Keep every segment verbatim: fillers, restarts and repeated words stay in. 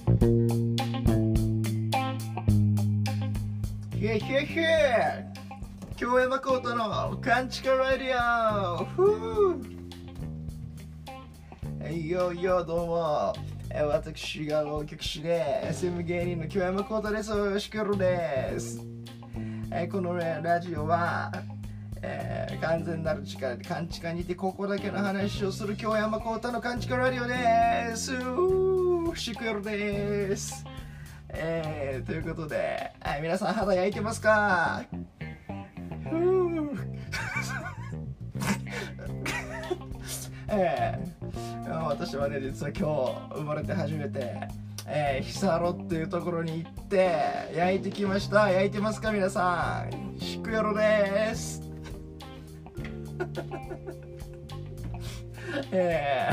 ひえひえひえ、京山幸太のカンチカラディオ。ふう、えいよいよ、どうも、え私が浪曲師で エスエム 芸人の京山幸太です。よろしくです。えこの、ね、ラジオは、えー、完全なる力でカンチカにてここだけの話をする京山幸太のカンチカラディオです。シクヨロです。えー、ということで、はい、皆さん肌焼いてますか？ふうえー、私はね、実は今日生まれて初めて、えー、ヒサロっていうところに行って焼いてきました。焼いてますか皆さん？シクヨロです。え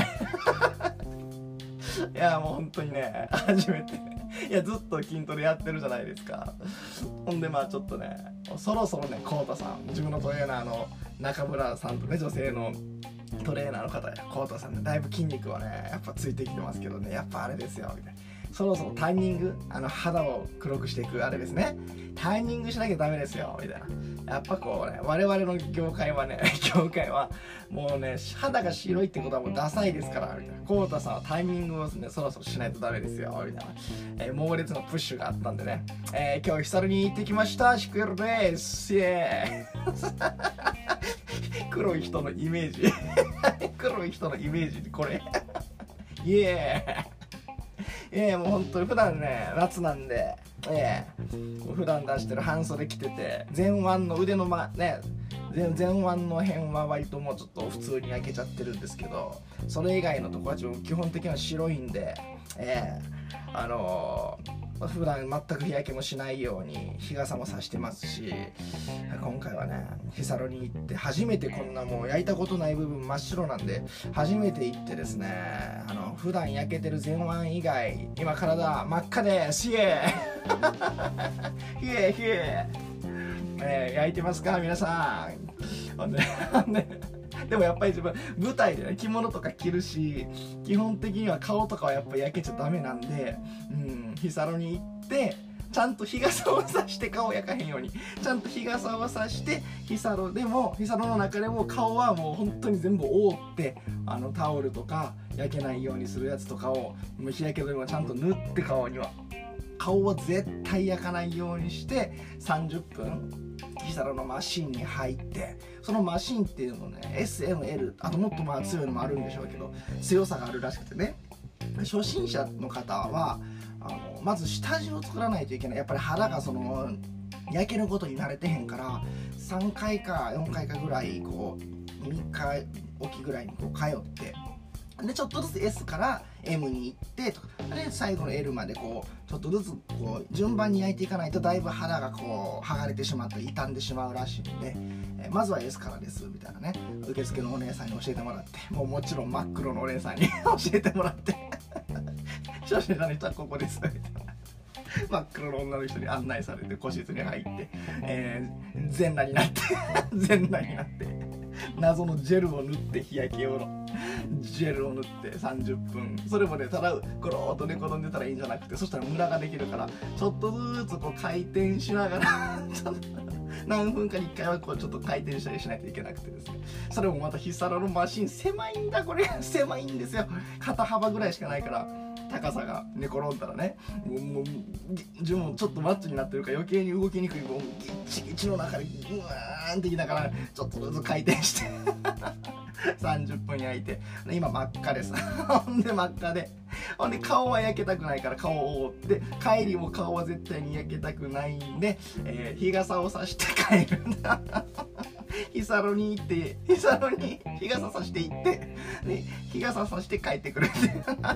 ー、いやもう本当にね、初めていやずっと筋トレやってるじゃないですか。ほんでまあちょっとね、そろそろね、コウタさん、自分のトレーナーの中村さんとね、女性のトレーナーの方やコウタさんね、だいぶ筋肉はねやっぱついてきてますけどね、やっぱあれですよみたいな、そろそろタイミング、あの肌を黒くしていくあれですね、タイミングしなきゃダメですよみたいな。やっぱこうね、我々の業界はね業界はもうね、肌が白いってことはもうダサいですからみたいな。コウタさんはタイミングをね、そろそろしないとダメですよみたいな、えー、猛烈なプッシュがあったんでね、えー、今日ヒサルに行ってきました。シクヨロです。イエーイ黒い人のイメージ黒い人のイメージこれイエーイ。いやもう本当に普段ね、夏なんで、えー、普段出してる半袖着てて、前腕の腕のまね、前腕の辺は割ともうちょっと普通に焼けちゃってるんですけど、それ以外のとこは基本的には白いんで、えー、あのー、普段全く日焼けもしないように日傘もさしてますし、今回はね、ヒサロに行って初めてこんなもう焼いたことない部分真っ白なんで初めて行ってですね、あの普段焼けてる前腕以外今体真っ赤です。イエーイイエーイイエーイ、えー、焼いてますか皆さん。ほんででもやっぱり自分舞台でね、着物とか着るし、基本的には顔とかはやっぱ焼けちゃダメなんで、うん、ヒサロに行ってちゃんと日傘をさして顔焼かへんようにちゃんと日傘をさして、ヒサロでもヒサロの中でも顔はもう本当に全部覆って、あのタオルとか焼けないようにするやつとかを日焼け止めもちゃんと塗って、顔には顔は絶対焼かないようにしてさんじゅっぷんヒサロのマシンに入って、そのマシンっていうのね エスエムエル、 あともっとまあ強いのもあるんでしょうけど、強さがあるらしくてね、初心者の方はあのまず下地を作らないといけない。やっぱり肌がその焼けることに慣れてへんから、さんかいかよんかいかぐらいこうみっかおきぐらいにこう通って、でちょっとずつ エス から エム に行ってとかで、最後の エル までこうちょっとずつこう順番に焼いていかないと、だいぶ肌がこう剥がれてしまって傷んでしまうらしいんで、えまずは エス からですみたいなね、受付のお姉さんに教えてもらって、もうもちろん真っ黒のお姉さんに教えてもらって初心者の人はここですみたいな真っ黒の女の人に案内されて個室に入って、えー、全裸になって全裸になって謎のジェルを塗って、日焼け用のジェルを塗ってさんじゅっぷん、それもね、ただゴローっと寝転んでたらいいんじゃなくて、そしたらムラができるから、ちょっとずつこう回転しながらちょっと何分かにいっかいはこうちょっと回転したりしないといけなくてですね、それもまたヒサロのマシン狭いんだ、これ狭いんですよ。肩幅ぐらいしかないから、高さが寝転んだらね、もうもう自分もちょっとマッチョになってるから余計に動きにくい、もうギッチギチの中でグワーンって言いながらちょっとずつ回転してさんじゅっぷん焼いて、今真っ赤ですほんで真っ赤で、ほんで顔は焼けたくないから顔を覆って、帰りも顔は絶対に焼けたくないんで、えー、日傘をさして帰るんだヒサロに行って、ヒサロに日傘さして行って、で日傘さして帰ってくるって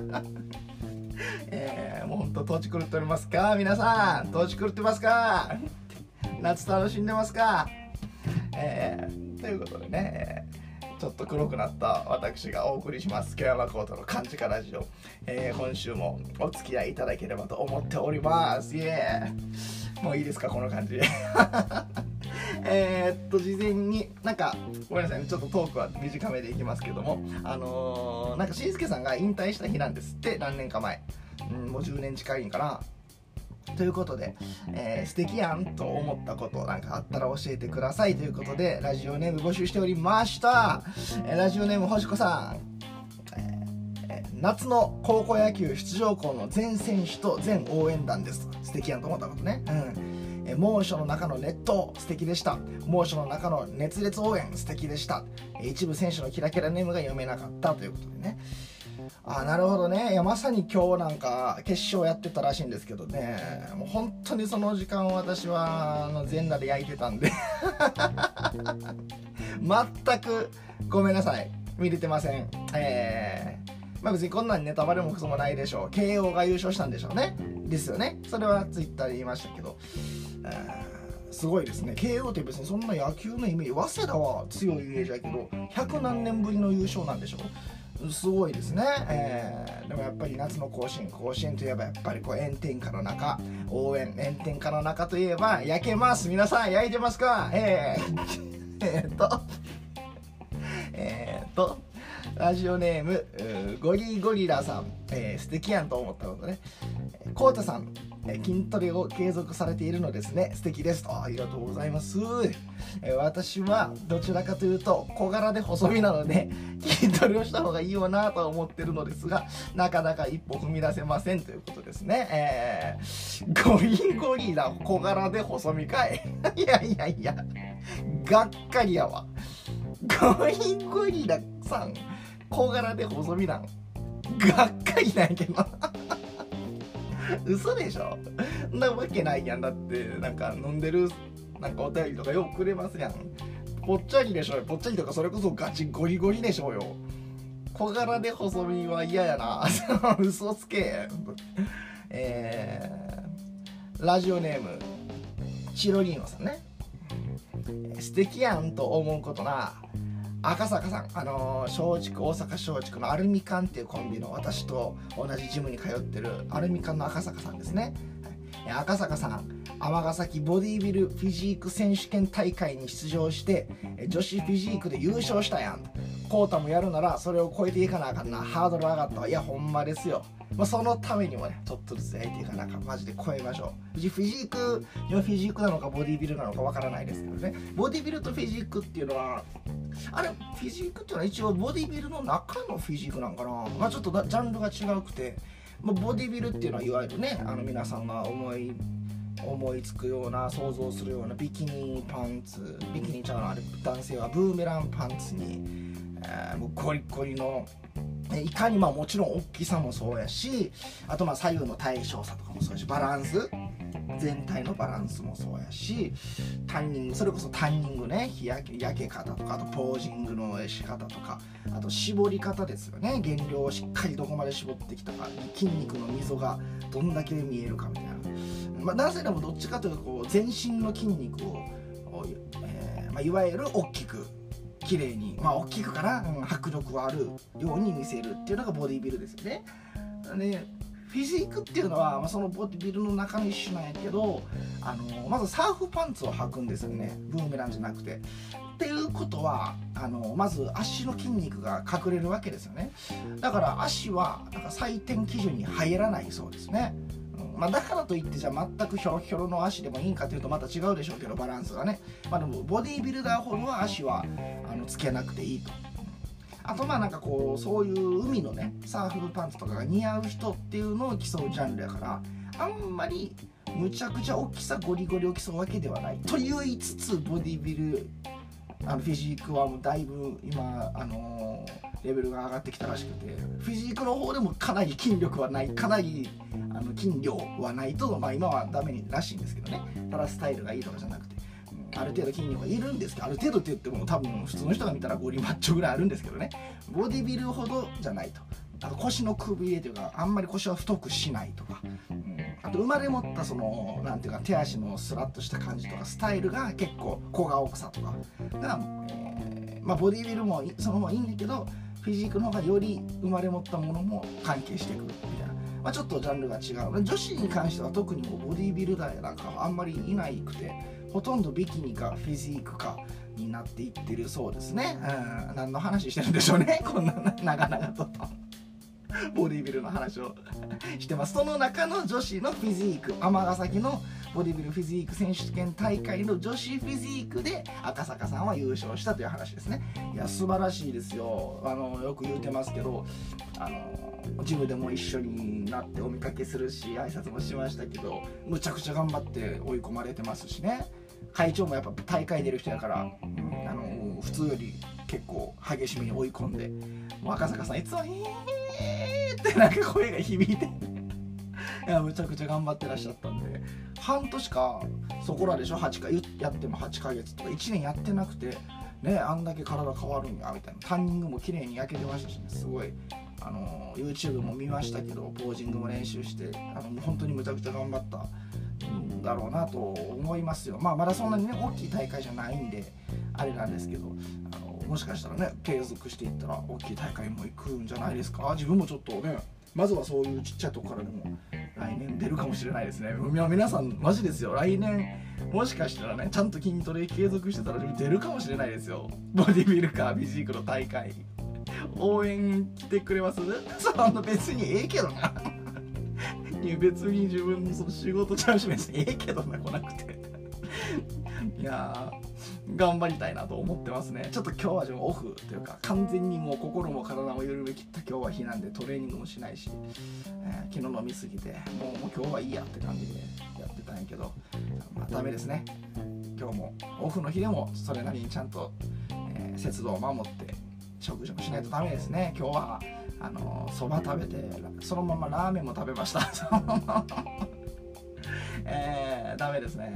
えー、もうほんと土地狂っておりますか皆さん。土地狂ってますか夏楽しんでますか。えー、ということでね、えー、ちょっと黒くなった私がお送りします京山幸太のカンチカラジオ、えー、今週もお付き合いいただければと思っております。イエーイ。もういいですかこの感じええー、っと事前になんかごめんなさいね、ちょっとトークは短めでいきますけども、あのー、なんかしんすけさんが引退した日なんですって、何年か前、うん、もうじゅうねん近いんかなということで、えー、素敵やんと思ったことなんかあったら教えてくださいということで、ラジオネーム募集しておりました。えー、ラジオネーム星子さん、えー、夏の高校野球出場校の全選手と全応援団です。素敵やんと思ったことね、うんえー、猛暑の中の熱湯素敵でした。猛暑の中の熱烈応援素敵でした。えー、一部選手のキラキラネームが読めなかったということでね。あ、なるほどね。いやまさに今日なんか決勝やってたらしいんですけどね、もう本当にその時間私はあの全裸で焼いてたんで全くごめんなさい、見れてません。えー、まあ別にこんなんネタバレもクソもないでしょう。慶応が優勝したんでしょうね。ですよね。それはツイッターで言いましたけど、すごいですね。慶応って別にそんな野球のイメージ、早稲田は強いイメージだけど百何年ぶりの優勝なんでしょう。すごいですね、えー、でもやっぱり夏の甲子園甲子園といえばやっぱりこう炎天下の中応援、炎天下の中といえば焼けます。皆さん焼いてますか？えー、えーっとえーっとラジオネームゴリゴリラさん、えー、素敵やんと思ったことね。コウタさん、筋トレを継続されているのですね。素敵ですと。ありがとうございます。えー、私はどちらかというと小柄で細身なので筋トレをした方がいいよなと思ってるのですが、なかなか一歩踏み出せませんということですね。えー、ゴリゴリラ小柄で細身かいいやいやいや、がっかりやわ。ゴリゴリラさん小柄で細身なんがっかりないけど嘘でしょ。そんなわけないやん。だってなんか飲んでるなんかお便りとかよくくれますやん。ぽっちゃりでしょよ。ぽっちゃりとかそれこそガチゴリゴリでしょうよ。小柄で細身は嫌やな嘘つけえー、ラジオネームチロリーノさんね。素敵やんと思うことな。赤坂さん、あのー、松竹大阪松竹のアルミカンっていうコンビの私と同じジムに通ってるアルミカンの赤坂さんですね。はい、赤坂さん、尼崎ボディビルフィジーク選手権大会に出場して女子フィジークで優勝したやん。コータもやるならそれを超えていかなあかんな。ハードル上がったわ。いやほんまですよ。まあ、そのためにもねちょっとずつ焼いていかなあかん。マジで超えましょう。フィジークフィジークなのかボディビルなのかわからないですけどね。ボディビルとフィジークっていうのはあれフィジークっていうのは一応ボディビルの中のフィジークなんかな。まあちょっとジャンルが違うくて、まあ、ボディビルっていうのはいわゆるね、あの皆さんが思い思いつくような想像するようなビキニパンツ、ビキニちゃうのあれ男性はブーメランパンツに、えー、もうゴリゴリのいかにまあもちろん大きさもそうやし、あとまあ左右の対称さとかもそうやし、バランス全体のバランスもそうやし、タンニング、それこそタンニングね、日焼け焼け方とか、あとポージングの仕方とか、あと絞り方ですよね。減量をしっかりどこまで絞ってきたか、筋肉の溝がどんだけ見えるかみたいな。まあ、男性でもどっちかというとこう全身の筋肉を、えーまあ、いわゆる大きく綺麗に、まあ大きくかな、うん、迫力あるように見せるっていうのがボディビルですよね。でフィジークっていうのは、まあ、そのボディビルの中の一種なんやけど、あのまずサーフパンツを履くんですよね。ブーメランじゃなくて。っていうことはあのまず足の筋肉が隠れるわけですよね。だから足はなんか採点基準に入らないそうですね。まあ、だからといってじゃあ全くヒョロヒョロの足でもいいんかというとまた違うでしょうけど、バランスがね。まあでもボディービルダーほどは足はあのつけなくていいと。あとまあなんかこうそういう海のねサーフパンツとかが似合う人っていうのを競うジャンルやから、あんまりむちゃくちゃ大きさゴリゴリを競うわけではないと言いつつ、ボディビルあのフィジークはもうだいぶ今あのー、レベルが上がってきたらしくて、フィジークの方でもかなり筋力はない、かなりあの筋量はないと、まあ、今はダメらしいんですけどね。ただスタイルがいいとかじゃなくて、うん、ある程度筋肉がいるんですけど、ある程度って言っても多分普通の人が見たらゴリマッチョぐらいあるんですけどね、ボディビルほどじゃないと。あと腰のくびれというか、あんまり腰は太くしないとか、うん、あと生まれ持ったそのなんていうか手足のスラッとした感じとかスタイルが結構小顔さとかが、えー、まあボディビルもその方がいいんだけど、フィジークの方がより生まれ持ったものも関係してくるみたいな、まあ、ちょっとジャンルが違う。女子に関しては特にもうボディビルダーやなんかあんまりいないくて、 ほとんどビキニかフィジークかになっていってるそうですね。うん、何の話してるんでしょうね、こんな長々とボディビルの話をしてます。その中の女子のフィジーク、尼崎のボディビルフィジーク選手権大会の女子フィジークで赤坂さんは優勝したという話ですね。いや素晴らしいですよ。あのよく言うてますけど、あのジムでも一緒になってお見かけするし挨拶もしましたけど、むちゃくちゃ頑張って追い込まれてますしね。会長もやっぱ大会出る人やから、うん、あの普通より結構激しめに追い込んで、もう赤坂さんいつも「えー」ってなんか声が響いていやむちゃくちゃ頑張ってらっしゃったんで、半年かそこらでしょ、はちかやってもはちかげつとかいちねんやってなくてね、あんだけ体変わるんやみたいな。タンニングも綺麗に焼けてましたしね、すごいあの YouTube も見ましたけど、ポージングも練習してあの本当にむちゃくちゃ頑張ったんだろうなと思いますよ。まあまだそんなにね大きい大会じゃないんであれなんですけど、あのもしかしたらね継続していったら大きい大会も行くんじゃないですか。自分もちょっとね、まずはそういうちっちゃいとこからでも来年出るかもしれないですね。皆さんマジですよ、来年もしかしたらねちゃんと筋トレ継続してたら出るかもしれないですよ。ボディビルかフィジークの大会応援来てくれます？そんな別にええけどな。いや別に自分のその仕事ちゃうし別にええけどな、来なくて。いやー頑張りたいなと思ってますね。ちょっと今日は自分オフというか完全にもう心も体も緩めきった今日は日なんでトレーニングもしないし、えー、昨日飲みすぎてもうもう今日はいいやって感じでやってたんやけど、まあダメですね。今日もオフの日でもそれなりにちゃんと、えー、節度を守って食事もしないとダメですね。今日はあのそば食べてそのままラーメンも食べました。えー、ダメですね。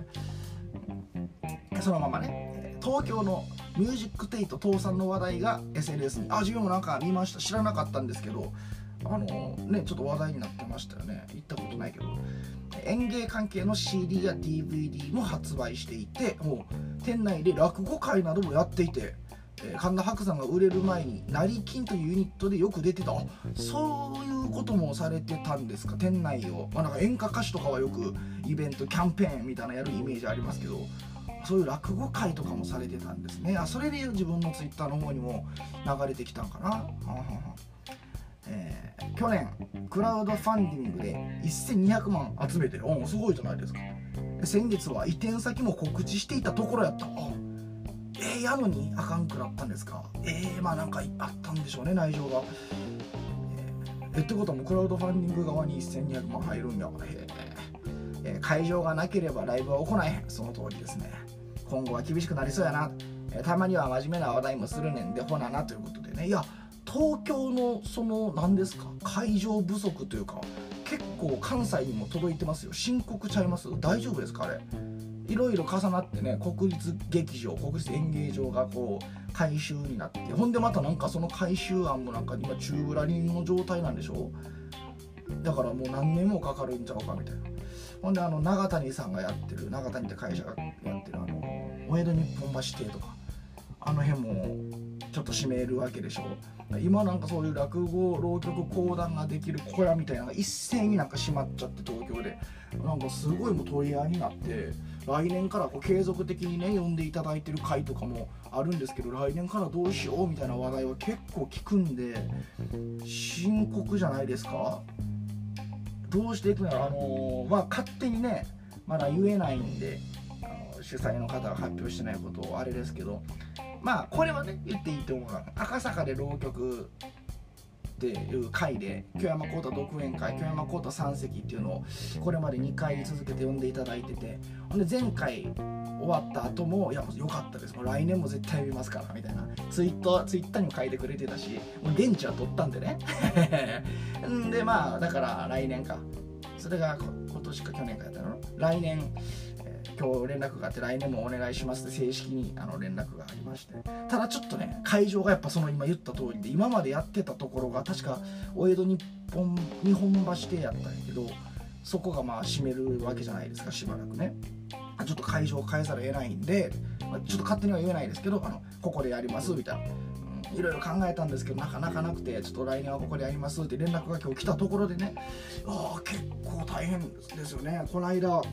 そのままね、東京のミュージックテイト倒産の話題が エスエヌエス に、あ、自分もなんか見ました。知らなかったんですけど、あのね、ちょっと話題になってましたよね。行ったことないけど、演芸関係の シーディー や ディーブイディー も発売していて、もう店内で落語会などもやっていて、えー、神田伯山が売れる前に成金というユニットでよく出てた。そういうこともされてたんですか、店内を。まあ、なんか演歌歌手とかはよくイベントキャンペーンみたいなのやるイメージありますけど、そういう落語会とかもされてたんですね。あ、それで自分のツイッターの方にも流れてきたんかな。ははは、えー、去年クラウドファンディングでせんにひゃくまん集めて、おすごいじゃないですか。先月は移転先も告知していたところやった。あ、えー、やのにあかんくなったんですか。えー、まあなんかあったんでしょうね、内情が。えー、ってことはもうクラウドファンディング側にせんにひゃくまん入るんや。えー、会場がなければライブは行えへん。その通りですね。今後は厳しくなりそうやな。えー、たまには真面目な話題もするねんでほななということでね。いや東京のその何ですか、会場不足というか結構関西にも届いてますよ。深刻ちゃいます？大丈夫ですかあれ。いろいろ重なってね、国立劇場、国立演芸場がこう改修になって、ほんでまたなんかその改修案もなんか今宙ぶらりんの状態なんでしょ。だからもう何年もかかるんちゃうかみたいな。ほんであの永谷さんがやってる、永谷って会社がやってるあのお江戸日本橋邸とか、あの辺もちょっと閉めるわけでしょ。今なんかそういう落語浪曲講談ができる小屋みたいなのが一斉になんか閉まっちゃって、東京でなんかすごいもう取り合いになって、来年からこう継続的にね呼んでいただいてる会とかもあるんですけど、来年からどうしようみたいな話題は結構聞くんで深刻じゃないですか。どうしていくのやら、あのー、まあ勝手にねまだ言えないんで、あの主催の方が発表してないことをあれですけど、まあこれはね言っていいと思うのが、赤坂で浪曲っていう会で京山幸太独演会、京山幸太三席っていうのをこれまでにかい続けて呼んでいただいてて、ほんで前回終わった後もいや良かったです、もう来年も絶対見ますからみたいなツイートツイッターにも書いてくれてたし、もう現地は取ったんでねんでまあだから来年か、それが今年か去年かやったの、来年、えー、今日連絡があって来年もお願いしますって正式にあの連絡がありまして、ただちょっとね会場がやっぱその今言った通りで、今までやってたところが確かお江戸日本日本橋邸やったんやけど、そこがまあ閉めるわけじゃないですか、しばらくね。ちょっと会場を変えざるを得ないんで、まあ、ちょっと勝手には言えないですけど、あのここでやりますみたいな、うん、いろいろ考えたんですけどなかなかなくて、ちょっと来年はここでやりますって連絡が今日来たところでね、ああ結構大変ですよね。この間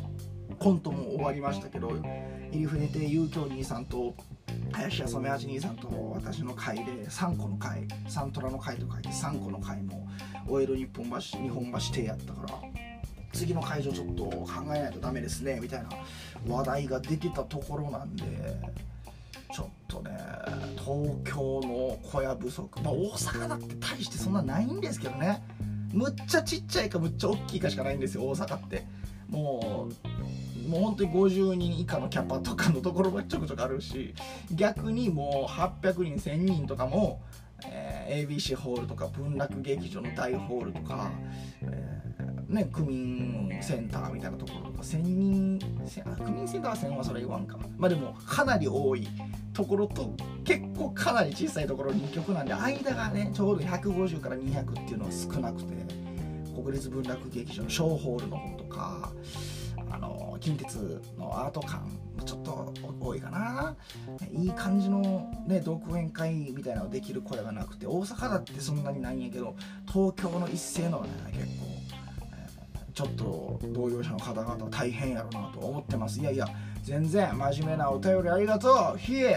コントも終わりましたけど、入船亭遊興兄さんと林家染八兄さんと私の会でさんこの会、サントラの会と書いてさんこの会のお江戸日本橋日本橋亭やったから、次の会場ちょっと考えないとダメですねみたいな話題が出てたところなんで、ちょっとね東京の小屋不足、まあ大阪だって大してそんなないんですけどね、むっちゃちっちゃいかむっちゃ大きいかしかないんですよ大阪って。もうもう本当にごじゅうにん以下のキャパとかのところもちょくちょくあるし、逆にもうはっぴゃくにんせんにんとかも、えー、エービーシー ホールとか文楽劇場の大ホールとか、えー、ね区民センターみたいなところとかせんにん、区民センターはせんはそれ言わんかな、まあでもかなり多いところと結構かなり小さいところにきょくなんで、間がねちょうどひゃくごじゅうからにひゃくっていうのは少なくて、国立文楽劇場の小ホールの方とか、あの近鉄のアート館ちょっと多いかな、いい感じのね独演会みたいなのできる声がなくて、大阪だってそんなにないんやけど東京の一斉のはね結構、えー、ちょっと同業者の方々は大変やろうなと思ってます。いやいや全然真面目なお便りありがとう。ヒエ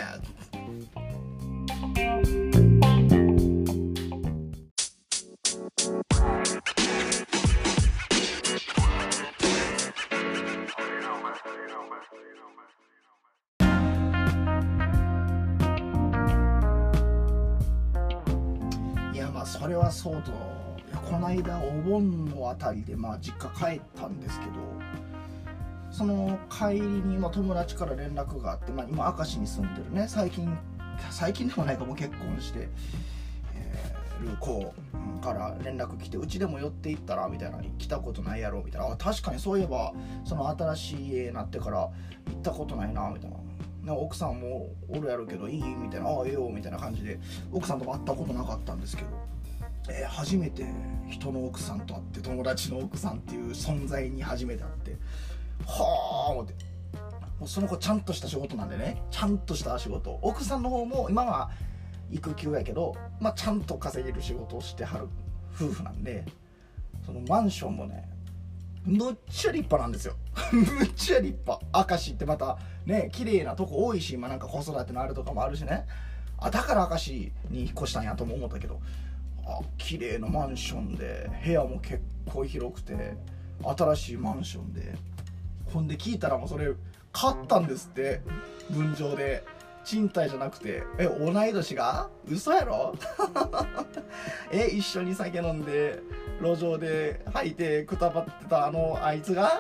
それはそうと、いやこの間お盆のあたりでまあ実家帰ったんですけど、その帰りにまあ友達から連絡があって、まあ、今明石に住んでるね最近最近でもないかもう結婚して、えー、る子から連絡来て、うちでも寄っていったらみたいな、来たことないやろみたいな、あ確かにそういえばその新しい家になってから行ったことないなみたいな。奥さんもおるやるけどいいみたいな、ああええよみたいな感じで、奥さんとも会ったことなかったんですけど、えー、初めて人の奥さんと会って、友達の奥さんっていう存在に初めて会って、はあ思って、もうその子ちゃんとした仕事なんでね、ちゃんとした仕事、奥さんの方も今は育休やけど、まあ、ちゃんと稼げる仕事をしてはる夫婦なんで、そのマンションもねむっちゃ立派なんですよむっちゃ立派。明石ってまたね綺麗なとこ多いし、今なんか子育てのあるとかもあるしね、あだから明石に引っ越したんやとも思ったけど、あ綺麗なマンションで部屋も結構広くて新しいマンションで、ほんで聞いたらもうそれ買ったんですって、分譲で。賃貸じゃなくて、え同い年が嘘やろえ一緒に酒飲んで路上で吐いてくたばってたあのあいつが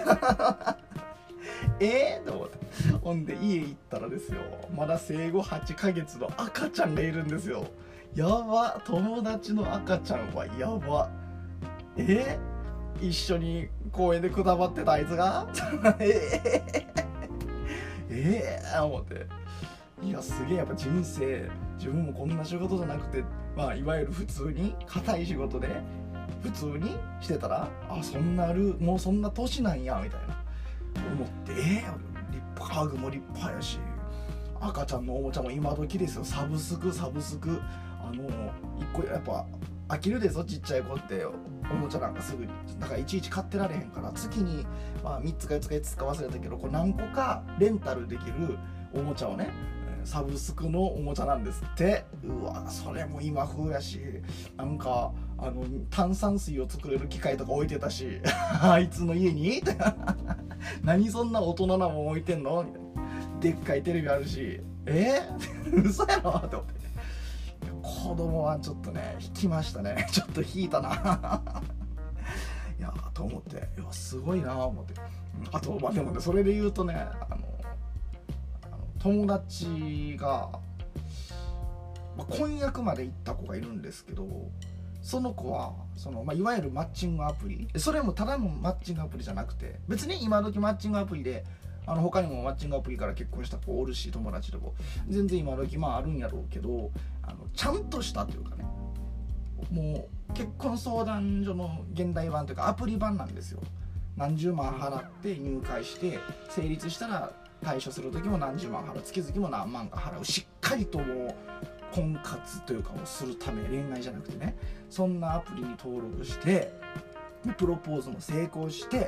えー、と思って、ほんで家行ったらですよ、まだ生後はちかげつの赤ちゃんがいるんですよ。やば、友達の赤ちゃんはやば。えー、一緒に公園でくたばってたあいつがえー、えー、思って、いやすげえ、やっぱ人生自分もこんな仕事じゃなくて、まあいわゆる普通に硬い仕事で普通にしてたら、あそんなるもうそんな年なんやみたいな思って、えー、立派、家具も立派やし、赤ちゃんのおもちゃも今時ですよ、サブスクサブスク、あの一個やっぱ飽きるでしょちっちゃい子って、おもちゃなんかすぐにだからいちいち買ってられへんから、月にまあみっつかよっつかいつつか忘れたけど、こう何個かレンタルできるおもちゃをね、サブスクのおもちゃなんですって。うわそれも今風やし、なんかあの炭酸水を作れる機械とか置いてたしあいつの家に何そんな大人なもん置いてんのみたいな、でっかいテレビあるし、えー、嘘やろって思って、子供はちょっとね引きましたねちょっと引いたないやと思って、いやすごいな思って。あとまあでもね、それで言うとね、あの友達が、まあ、婚約まで行った子がいるんですけど、その子はその、まあ、いわゆるマッチングアプリ、それもただのマッチングアプリじゃなくて、別に今時マッチングアプリであの他にもマッチングアプリから結婚した子おるし、友達でも全然今時まああるんやろうけど、あのちゃんとしたというかね、もう結婚相談所の現代版というかアプリ版なんですよ。何十万払って入会して成立したら対処する時も何十万払う、月々も何万か払う、しっかりともう婚活というかをするため、恋愛じゃなくてね、そんなアプリに登録してプロポーズも成功して、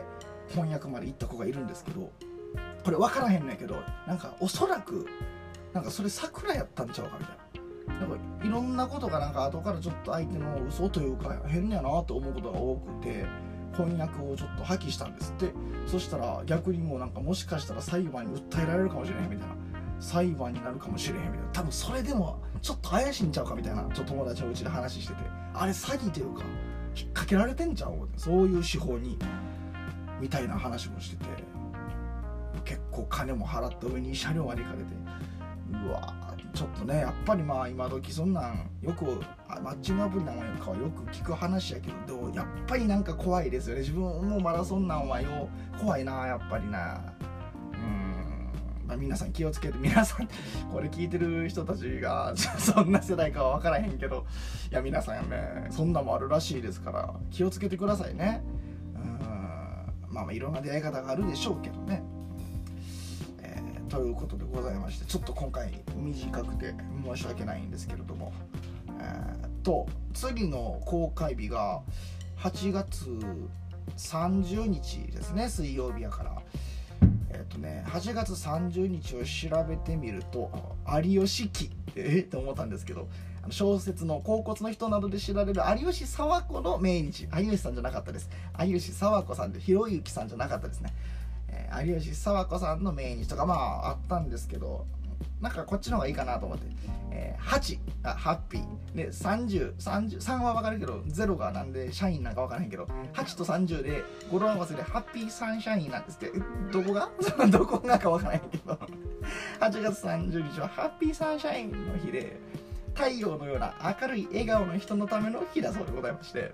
翻訳まで行った子がいるんですけど、これ分からへんねんけど、なんかおそらくなんかそれ桜やったんちゃうかみたいな、なんかいろんなことがなんか後からちょっと相手の嘘というか変やなと思うことが多くて、翻訳をちょっと破棄したんですって。そしたら逆にもうなんかもしかしたら裁判に訴えられるかもしれへんみたいな、裁判になるかもしれへんみたいな、多分それでもちょっと怪しいんちゃうかみたいな、ちょっと友達のうちで話してて、あれ詐欺というか引っ掛けられてんちゃう、そういう手法にみたいな話もしてて、結構金も払った上に慰謝料まで行かれて、うわちょっとね、やっぱりまあ今時そんなんよくマッチングアプリなんかはよく聞く話やけど、でもやっぱりなんか怖いですよね。自分もまだそんなんはよ怖いな、やっぱりな。うーん、まあ、皆さん気をつけて、皆さんこれ聞いてる人たちがそんな世代かは分からへんけど、いや皆さんね、そんなもあるらしいですから気をつけてくださいね。うーん、まあまあいろんな出会い方があるでしょうけどね。ということでございまして、ちょっと今回短くて申し訳ないんですけれども、えー、と次の公開日がはちがつさんじゅうにちですね、水曜日やから。えっ、ー、とねはちがつさんじゅうにちを調べてみると、有吉記えって思ったんですけど、小説の甲骨の人などで知られる有吉佐和子の命日、有吉さんじゃなかったです。有吉佐和子さんで、ひろゆきさんじゃなかったですね。有吉佐和子さんの命日とかまああったんですけど、なんかこっちの方がいいかなと思って、えー、はちがハッピーで、さんじゅう、さんじゅう、さんは分かるけどゼロがなんで社員なんか分からへんけど、はちとさんじゅうで語呂合わせでハッピーサンシャインなんですって。どこがどこがか分からへんけどはちがつさんじゅうにちはハッピーサンシャインの日で、太陽のような明るい笑顔の人のための日だそうでございまして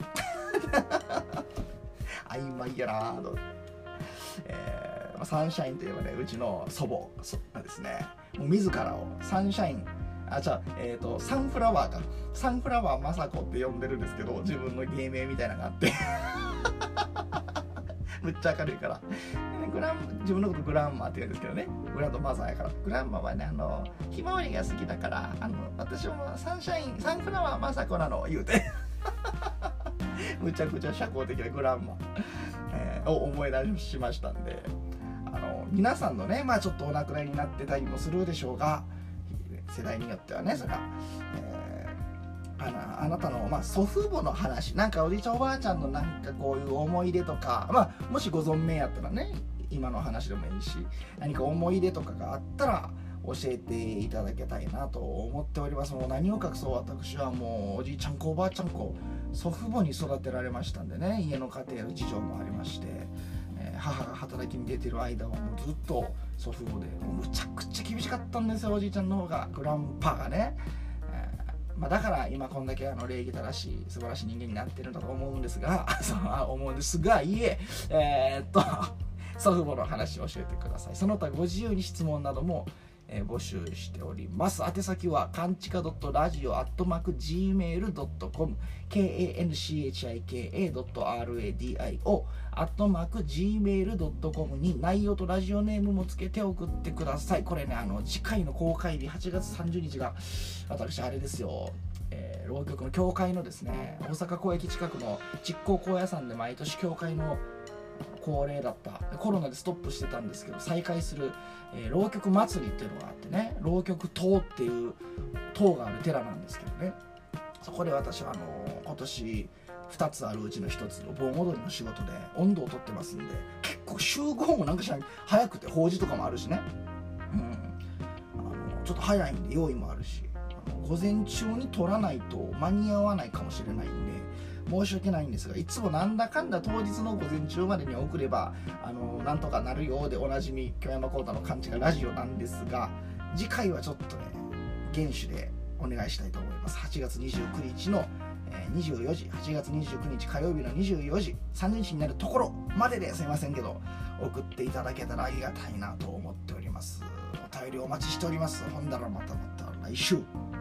曖昧やなぁと、えーサンシャインといえばね、うちの祖母がですね、もう自らをサンシャイン、あ、じゃあ、えっと、サンフラワーか、サンフラワーまさこって呼んでるんですけど、自分の芸名みたいなのがあってむっちゃ明るいから、でね、グラン自分のことグランマって言うんですけどね、グランドマザーやから、グランマはね、あのひまわりが好きだから、あの私もサンシャイン、サンフラワーまさこなの言うてむちゃくちゃ社交的なグランマ、えー、を思い出しましたんで、あの皆さんのね、まあちょっとお亡くなりになってたりもするでしょうが、世代によってはね、それは、えー、あのあなたの、まあ、祖父母の話、なんかおじいちゃんおばあちゃんのなんかこういう思い出とか、まあもしご存命やったらね、今の話でもいいし、何か思い出とかがあったら教えていただきたいなと思っております。もう何を隠そう、私はもうおじいちゃん子おばあちゃん子祖父母に育てられましたんでね、家の家庭の事情もありまして、えー、母が働きに出てる間はもうずっと祖父母で、もうむちゃくちゃ厳しかったんですよ、おじいちゃんの方が、グランパがね、えーまあ、だから今こんだけあの礼儀正しい素晴らしい人間になってるんだと思うんですがそう思うんですがいええー、っと祖父母の話を教えてください。その他ご自由に質問などもえー、募集しております。宛先はカンチカ .radio アットマーク ジーメール ドットコム カンチカ ドット radio アットマーク ジーメール ドットコム に内容とラジオネームもつけて送ってください。これね、あの次回の公開日はちがつさんじゅうにちが私あれですよ、えー、浪曲の教会のですね、大阪港駅近くの実行高野山で毎年教会の恒例だった、コロナでストップしてたんですけど再開する、えー、浪曲祭りっていうのがあってね、浪曲塔っていう塔がある寺なんですけどね、そこで私はあのー、今年ふたつあるうちのひとつの盆踊りの仕事で音頭を取ってますんで、結構集合もなんかしら早くて法事とかもあるしね、うん、あのー、ちょっと早いんで用意もあるし、あの午前中に取らないと間に合わないかもしれないんで申し訳ないんですが、いつもなんだかんだ当日の午前中までに送ればあのなんとかなるようでおなじみ京山幸太の勘違いラジオなんですが、次回はちょっとね厳守でお願いしたいと思います。はちがつにじゅうくにちのにじゅうよじ、はちがつにじゅうくにち火曜日のにじゅうよじ、さんじゅうにちになるところまでですいませんけど送っていただけたらありがたいなと思っております。お便りお待ちしております。ほんだらまたまた来週。